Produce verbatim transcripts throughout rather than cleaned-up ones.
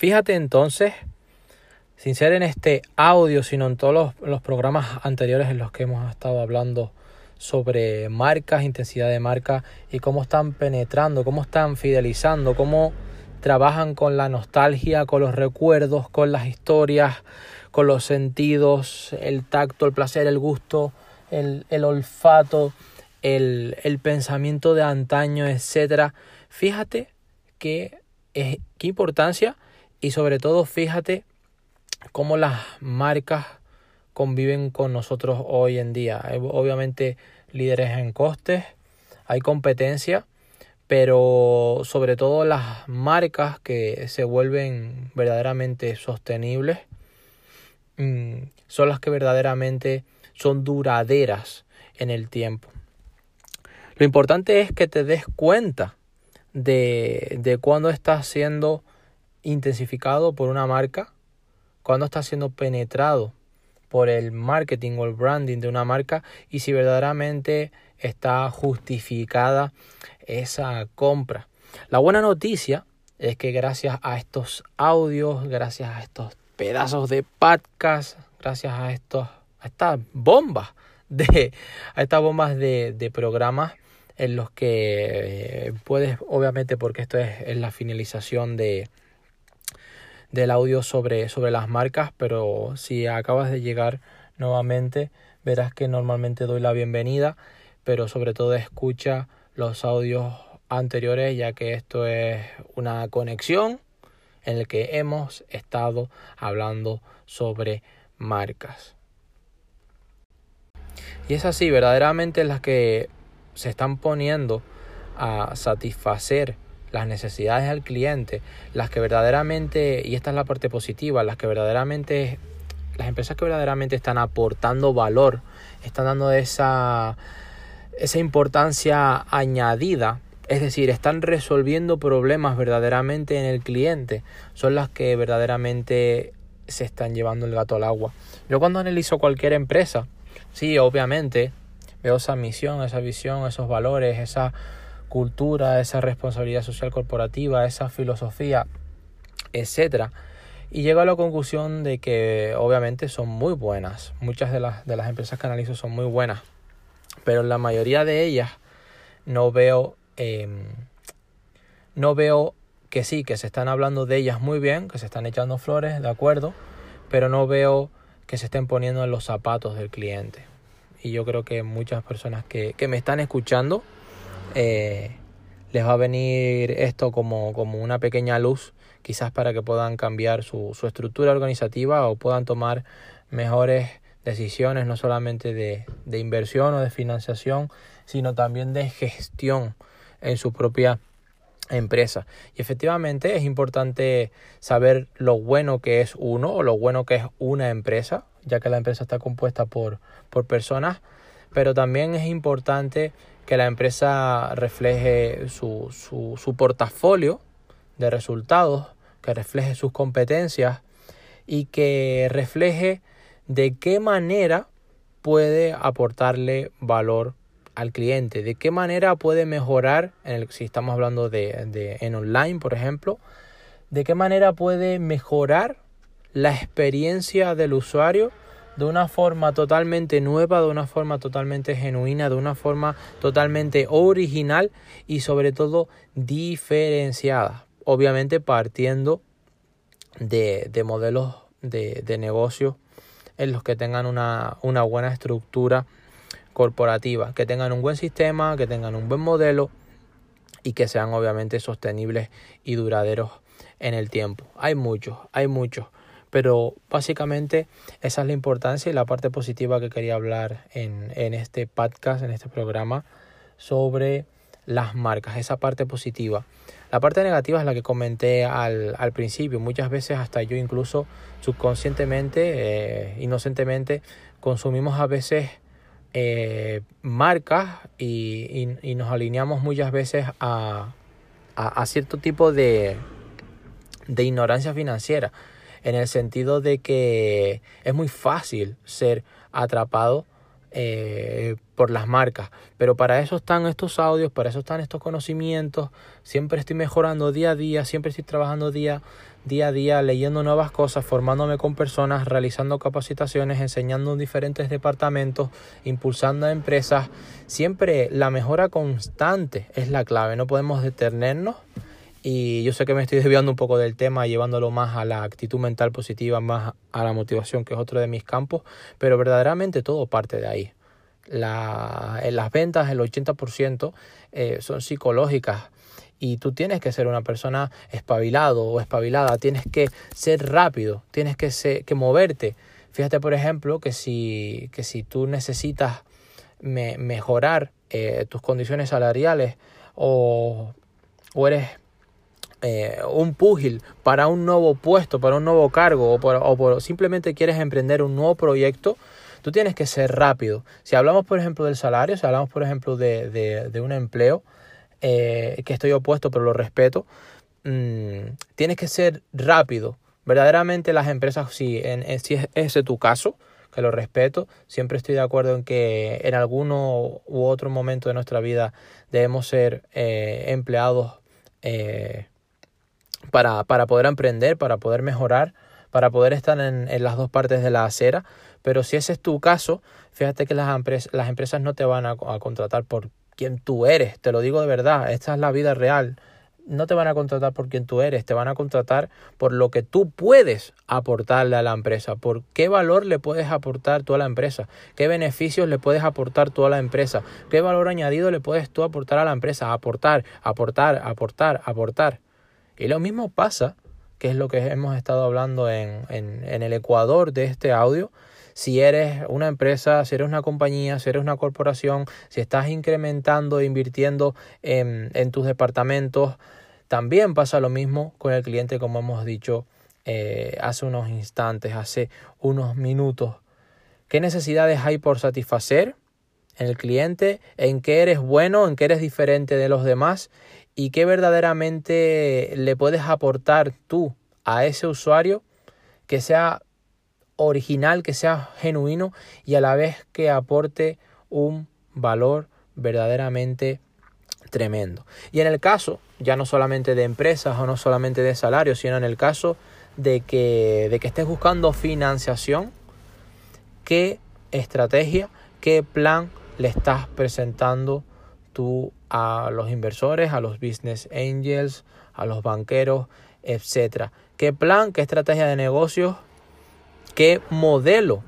Fíjate entonces, sin ser en este audio, sino en todos los, los programas anteriores en los que hemos estado hablando sobre marcas, intensidad de marca y cómo están penetrando, cómo están fidelizando, cómo trabajan con la nostalgia, con los recuerdos, con las historias, con los sentidos, el tacto, el placer, el gusto, el, el olfato, el, el pensamiento de antaño, etcétera. Fíjate que es, qué importancia y sobre todo fíjate cómo las marcas conviven con nosotros hoy en día. Hay obviamente líderes en costes, hay competencia, pero sobre todo las marcas que se vuelven verdaderamente sostenibles mmm, son las que verdaderamente son duraderas en el tiempo. Lo importante es que te des cuenta de, de cuándo está siendo intensificado por una marca, cuándo está siendo penetrado por el marketing o el branding de una marca y si verdaderamente está justificada esa compra. La buena noticia es que gracias a estos audios, gracias a estos pedazos de podcast, gracias a estos a estas bombas de a estas bombas de, de programas en los que eh, puedes, obviamente, porque esto es, es la finalización de del audio sobre, sobre las marcas, pero si acabas de llegar nuevamente, verás que normalmente doy la bienvenida, pero sobre todo escucha los audios anteriores, ya que esto es una conexión en la que hemos estado hablando sobre marcas. Y es así, verdaderamente las que se están poniendo a satisfacer las necesidades del cliente, las que verdaderamente, y esta es la parte positiva, las que verdaderamente, las empresas que verdaderamente están aportando valor, están dando esa, esa importancia añadida, es decir, están resolviendo problemas verdaderamente en el cliente, son las que verdaderamente se están llevando el gato al agua. Yo cuando analizo cualquier empresa, sí, obviamente, veo esa misión, esa visión, esos valores, esa cultura, esa responsabilidad social corporativa, esa filosofía, etcétera. Y llego a la conclusión de que obviamente son muy buenas. Muchas de las, de las empresas que analizo son muy buenas. Pero en la mayoría de ellas no veo, eh, no veo que sí, que se están hablando de ellas muy bien, que se están echando flores, de acuerdo, pero no veo que se estén poniendo en los zapatos del cliente. Y yo creo que muchas personas que, que me están escuchando, Eh, les va a venir esto como, como una pequeña luz, quizás para que puedan cambiar su, su estructura organizativa o puedan tomar mejores decisiones, no solamente de, de inversión o de financiación, sino también de gestión en su propia empresa. Y efectivamente es importante saber lo bueno que es uno o lo bueno que es una empresa, ya que la empresa está compuesta por, por personas, pero también es importante que la empresa refleje su, su, su portafolio de resultados, que refleje sus competencias y que refleje de qué manera puede aportarle valor al cliente, de qué manera puede mejorar, en el, si estamos hablando de, de en online, por ejemplo, de qué manera puede mejorar la experiencia del usuario de una forma totalmente nueva, de una forma totalmente genuina, de una forma totalmente original y sobre todo diferenciada. Obviamente partiendo de, de modelos de, de negocio en los que tengan una, una buena estructura corporativa, que tengan un buen sistema, que tengan un buen modelo y que sean obviamente sostenibles y duraderos en el tiempo. Hay muchos, hay muchos. Pero básicamente esa es la importancia y la parte positiva que quería hablar en, en este podcast, en este programa, sobre las marcas, esa parte positiva. La parte negativa es la que comenté al, al principio. Muchas veces hasta yo incluso subconscientemente, eh, inocentemente, consumimos a veces eh, marcas y, y, y nos alineamos muchas veces a, a, a cierto tipo de, de ignorancia financiera. En el sentido de que es muy fácil ser atrapado eh, por las marcas. Pero para eso están estos audios, para eso están estos conocimientos. Siempre estoy mejorando día a día, siempre estoy trabajando día día a día leyendo nuevas cosas, formándome con personas, realizando capacitaciones, enseñando en diferentes departamentos, impulsando a empresas. Siempre la mejora constante es la clave, no podemos detenernos. Y yo sé que me estoy desviando un poco del tema, llevándolo más a la actitud mental positiva, más a la motivación, que es otro de mis campos, pero verdaderamente todo parte de ahí. La, en las ventas el ochenta por ciento eh, son psicológicas y tú tienes que ser una persona espabilado o espabilada, tienes que ser rápido, tienes que, ser, que moverte. Fíjate, por ejemplo, que si, que si tú necesitas me, mejorar eh, tus condiciones salariales o, o eres Eh, un púgil para un nuevo puesto, para un nuevo cargo o, por, o por, simplemente quieres emprender un nuevo proyecto, tú tienes que ser rápido. Si hablamos, por ejemplo, del salario, si hablamos, por ejemplo, de, de, de un empleo, eh, que estoy opuesto pero lo respeto, mmm, tienes que ser rápido. Verdaderamente las empresas, si, en, en, si es ese tu caso, que lo respeto, siempre estoy de acuerdo en que en alguno u otro momento de nuestra vida debemos ser eh, empleados eh, Para, para poder emprender, para poder mejorar, para poder estar en, en las dos partes de la acera. Pero si ese es tu caso, fíjate que las, empres- las empresas no te van a, a contratar por quien tú eres. Te lo digo de verdad, esta es la vida real. No te van a contratar por quien tú eres, te van a contratar por lo que tú puedes aportarle a la empresa, por qué valor le puedes aportar tú a la empresa, qué beneficios le puedes aportar tú a la empresa, qué valor añadido le puedes tú aportar a la empresa, aportar, aportar, aportar, aportar. Y lo mismo pasa, que es lo que hemos estado hablando en, en, en el Ecuador de este audio, si eres una empresa, si eres una compañía, si eres una corporación, si estás incrementando e invirtiendo en, en tus departamentos, también pasa lo mismo con el cliente, como hemos dicho eh, hace unos instantes, hace unos minutos. ¿Qué necesidades hay por satisfacer en el cliente? ¿En qué eres bueno? ¿En qué eres diferente de los demás? ¿Y qué verdaderamente le puedes aportar tú a ese usuario que sea original, que sea genuino y a la vez que aporte un valor verdaderamente tremendo? Y en el caso, ya no solamente de empresas o no solamente de salarios, sino en el caso de que, de que estés buscando financiación, ¿qué estrategia, qué plan le estás presentando tú a los inversores, a los business angels, a los banqueros, etcétera? ¿Qué plan, qué estrategia de negocios, qué modelo,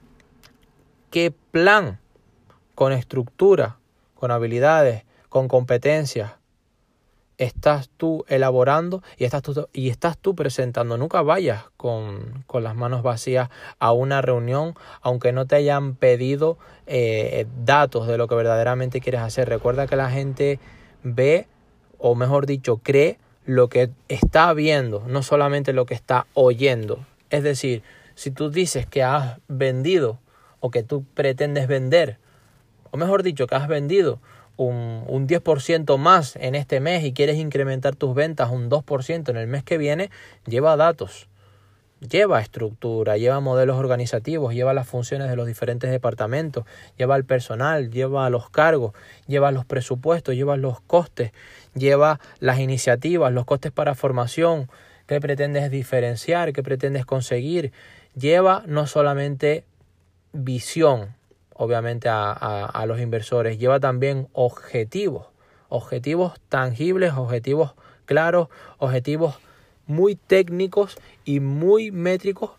qué plan con estructura, con habilidades, con competencias estás tú elaborando y estás tú, y estás tú presentando? Nunca vayas con, con las manos vacías a una reunión, aunque no te hayan pedido eh, datos de lo que verdaderamente quieres hacer. Recuerda que la gente ve, o mejor dicho, cree lo que está viendo, no solamente lo que está oyendo. Es decir, si tú dices que has vendido o que tú pretendes vender, o mejor dicho, que has vendido Un, un diez por ciento más en este mes y quieres incrementar tus ventas un dos por ciento en el mes que viene, lleva datos, lleva estructura, lleva modelos organizativos, lleva las funciones de los diferentes departamentos, lleva el personal, lleva los cargos, lleva los presupuestos, lleva los costes, lleva las iniciativas, los costes para formación, qué pretendes diferenciar, qué pretendes conseguir. Lleva no solamente visión, obviamente a, a, a los inversores, lleva también objetivos, objetivos tangibles, objetivos claros, objetivos muy técnicos y muy métricos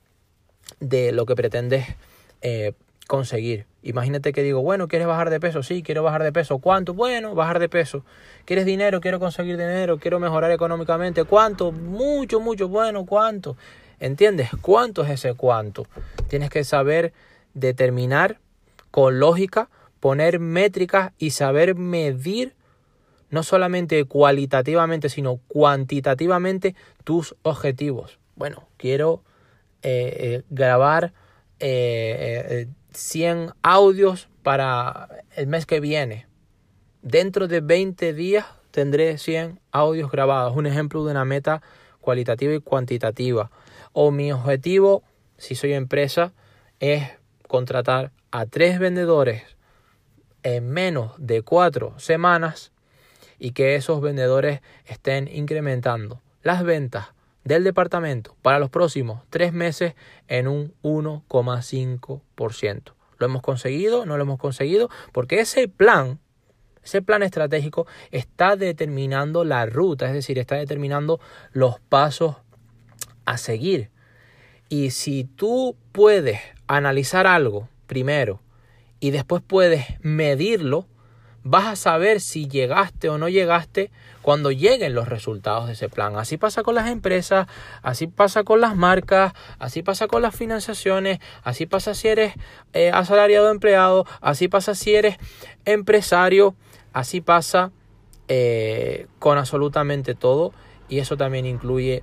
de lo que pretendes eh, conseguir. Imagínate que digo, bueno, ¿quieres bajar de peso? Sí, quiero bajar de peso. ¿Cuánto? Bueno, bajar de peso. ¿Quieres dinero? Quiero conseguir dinero, quiero mejorar económicamente. ¿Cuánto? Mucho, mucho. Bueno, ¿cuánto? ¿Entiendes? ¿Cuánto es ese cuánto? Tienes que saber determinar con lógica, poner métricas y saber medir no solamente cualitativamente, sino cuantitativamente tus objetivos. Bueno, quiero eh, eh, grabar eh, eh, cien audios para el mes que viene. Dentro de veinte días tendré cien audios grabados. Un ejemplo de una meta cualitativa y cuantitativa. O mi objetivo, si soy empresa, es contratar a tres vendedores en menos de cuatro semanas y que esos vendedores estén incrementando las ventas del departamento para los próximos tres meses en un uno coma cinco por ciento. ¿Lo hemos conseguido? ¿No lo hemos conseguido? Porque ese plan, ese plan estratégico está determinando la ruta, es decir, está determinando los pasos a seguir. Y si tú puedes analizar algo primero y después puedes medirlo, vas a saber si llegaste o no llegaste cuando lleguen los resultados de ese plan. Así pasa con las empresas, así pasa con las marcas, así pasa con las financiaciones, así pasa si eres eh, asalariado o empleado, así pasa si eres empresario, así pasa eh, con absolutamente todo. Y eso también incluye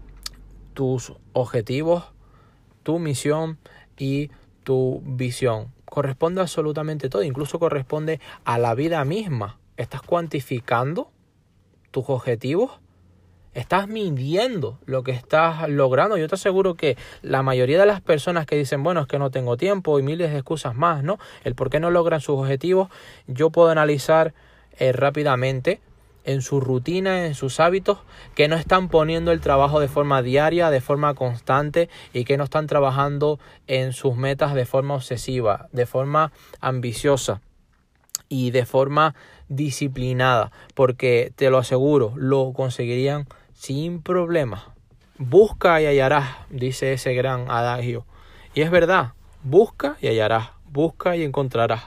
tus objetivos, tu misión y tu visión. Corresponde absolutamente todo, incluso corresponde a la vida misma. ¿Estás cuantificando tus objetivos? ¿Estás midiendo lo que estás logrando? Yo te aseguro que la mayoría de las personas que dicen, bueno, es que no tengo tiempo y miles de excusas más, ¿no? El por qué no logran sus objetivos, yo puedo analizar eh, rápidamente en su rutina, en sus hábitos, que no están poniendo el trabajo de forma diaria, de forma constante, y que no están trabajando en sus metas de forma obsesiva, de forma ambiciosa y de forma disciplinada, porque te lo aseguro, lo conseguirían sin problemas. Busca y hallarás, dice ese gran adagio. Y es verdad, busca y hallarás, busca y encontrarás.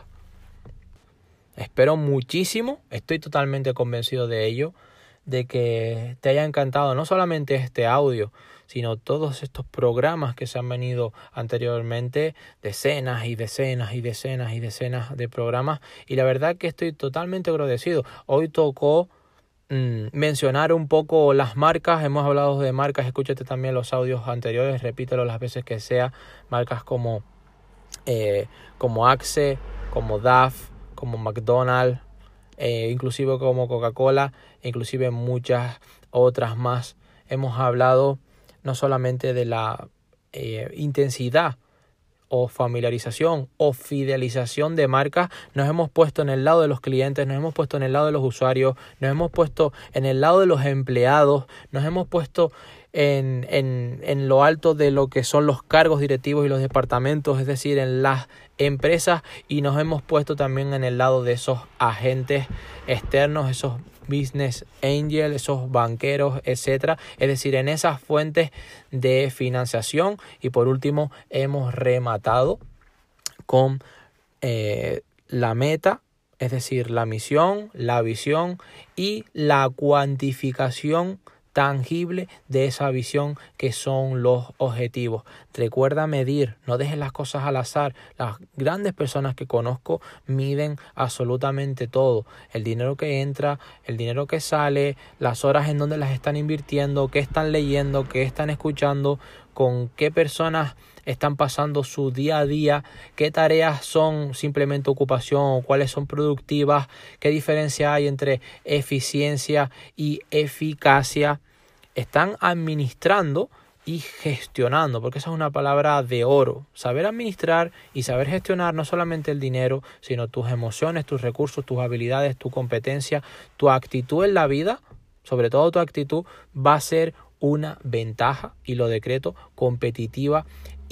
Espero muchísimo, estoy totalmente convencido de ello, de que te haya encantado no solamente este audio, sino todos estos programas que se han venido anteriormente, decenas y decenas y decenas y decenas de programas, y la verdad que estoy totalmente agradecido. Hoy tocó mmm, mencionar un poco las marcas, hemos hablado de marcas, escúchate también los audios anteriores, repítelo las veces que sea, marcas como, eh, como Axe, como D A F, como McDonald's, eh, inclusive como Coca-Cola, inclusive muchas otras más. Hemos hablado no solamente de la eh, intensidad o familiarización o fidelización de marcas, nos hemos puesto en el lado de los clientes, nos hemos puesto en el lado de los usuarios, nos hemos puesto en el lado de los empleados, nos hemos puesto en, en, en lo alto de lo que son los cargos directivos y los departamentos, es decir, en las empresas, y nos hemos puesto también en el lado de esos agentes externos, esos business angels, esos banqueros, etcétera, es decir, en esas fuentes de financiación. Y por último, hemos rematado con eh, la meta, es decir, la misión, la visión y la cuantificación tangible de esa visión, que son los objetivos. Recuerda medir, no dejes las cosas al azar. Las grandes personas que conozco miden absolutamente todo: el dinero que entra, el dinero que sale, las horas en donde las están invirtiendo, qué están leyendo, qué están escuchando, con qué personas están pasando su día a día, qué tareas son simplemente ocupación, cuáles son productivas, qué diferencia hay entre eficiencia y eficacia. Están administrando y gestionando, porque esa es una palabra de oro. Saber administrar y saber gestionar no solamente el dinero, sino tus emociones, tus recursos, tus habilidades, tu competencia, tu actitud en la vida, sobre todo tu actitud, va a ser una ventaja, y lo decreto, competitiva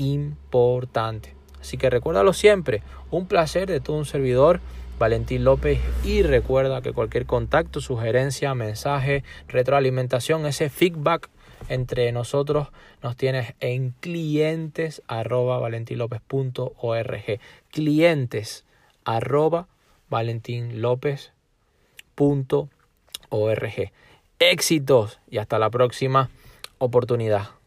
importante. Así que recuérdalo siempre, un placer de todo un servidor, Valentín López, y recuerda que cualquier contacto, sugerencia, mensaje, retroalimentación, ese feedback entre nosotros nos tienes en clientes arroba valentinlopez punto org, clientes arroba valentinlopez punto org. Éxitos y hasta la próxima oportunidad.